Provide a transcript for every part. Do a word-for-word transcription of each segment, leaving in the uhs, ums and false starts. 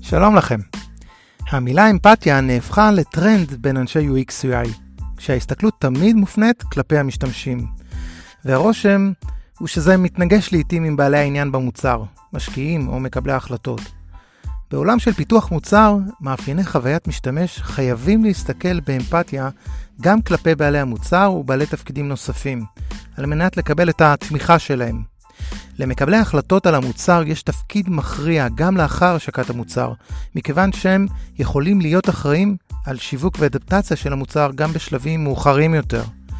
שלום לכם. המילה אמפתיה נהפכה לטרנד בין אנשי יו אקס יו איי, כשההסתכלות תמיד מופנית כלפי המשתמשים. והרושם הוא שזה מתנגש לעתים עם בעלי העניין במוצר, משקיעים או מקבלי ההחלטות. בעולם של פיתוח מוצר, מאפייני חוויית משתמש חייבים להסתכל באמפתיה גם כלפי בעלי המוצר ובעלי תפקידים נוספים, על מנת לקבל את התמיכה שלהם. למקבלי ההחלטות על המוצר יש תפקיד מכריע גם לאחר השקת המוצר, מכיוון שהם יכולים להיות אחראים על שיווק ואדפטציה של המוצר גם בשלבים מאוחרים יותר.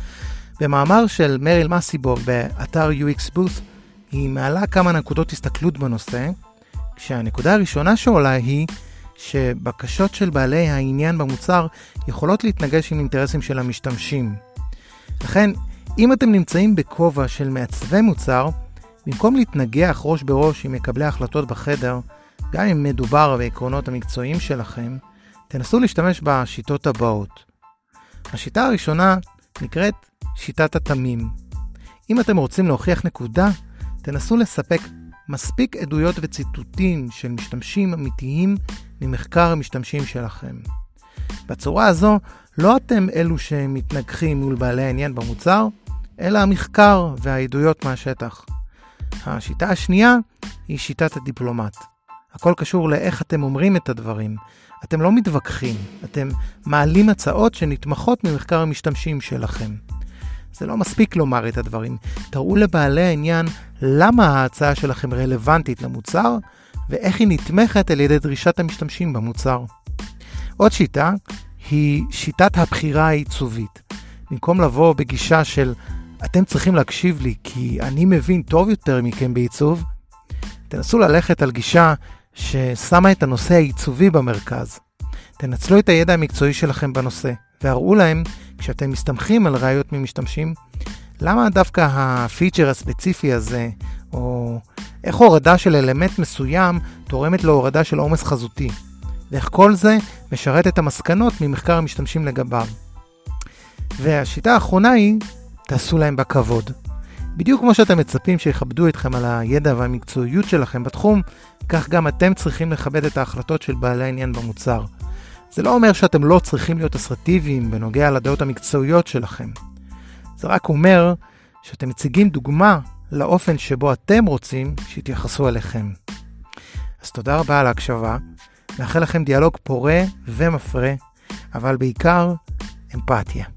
במאמר של מריל מסיבוב באתר יו אקס Booth, היא מעלה כמה נקודות הסתכלות בנושא, כשהנקודה הראשונה שעולה היא שבקשות של בעלי העניין במוצר יכולות להתנגש עם אינטרסים של המשתמשים. לכן, אם אתם נמצאים בכובע של מעצבי מוצר, במקום להתנגח ראש בראש עם מקבלי ההחלטות בחדר, גם אם מדובר בעקרונות המקצועיים שלכם, תנסו להשתמש בשיטות הבאות. השיטה הראשונה נקראת שיטת התמים. אם אתם רוצים להוכיח נקודה, תנסו לספק מספיק עדויות וציטוטים של משתמשים אמיתיים ממחקר המשתמשים שלכם. בצורה הזו, לא אתם אלו שמתנגחים מול בעלי העניין במוצר, אלא המחקר והעדויות מהשטח. השיטה השנייה היא שיטת הדיפלומט. הכל קשור לאיך אתם אומרים את הדברים. אתם לא מתווכחים, אתם מעלים הצעות שנתמכות ממחקר המשתמשים שלכם. זה לא מספיק לומר את הדברים. תראו לבעלי העניין למה ההצעה שלכם רלוונטית למוצר, ואיך היא נתמכת על ידי דרישת המשתמשים במוצר. עוד שיטה היא שיטת הבחירה העיצובית. במקום לבוא בגישה של אתם צריכים להקשיב לי כי אני מבין טוב יותר מכם בעיצוב, תנסו ללכת על גישה ששמה את הנושא העיצובי במרכז. תנצלו את הידע המקצועי שלכם בנושא, והראו להם, כשאתם מסתמכים על ראיות ממשתמשים, למה דווקא הפיצ'ר הספציפי הזה, או איך הורדה של אלמנט מסוים תורמת להורדה של עומס חזותי, ואיך כל זה משרת את המסקנות ממחקר המשתמשים לגביו. והשיטה האחרונה היא, תעשו להם בכבוד. בדיוק כמו שאתם מצפים שיכבדו אתכם על הידע והמקצועיות שלכם בתחום, כך גם אתם צריכים לכבד את ההחלטות של בעלי העניין במוצר. זה לא אומר שאתם לא צריכים להיות אסרטיביים בנוגע לדעות המקצועיות שלכם. זה רק אומר שאתם מציגים דוגמה לאופן שבו אתם רוצים שיתייחסו אליכם. אז תודה רבה על ההקשבה. מאחל לכם דיאלוג פורה ומפרה, אבל בעיקר אמפתיה.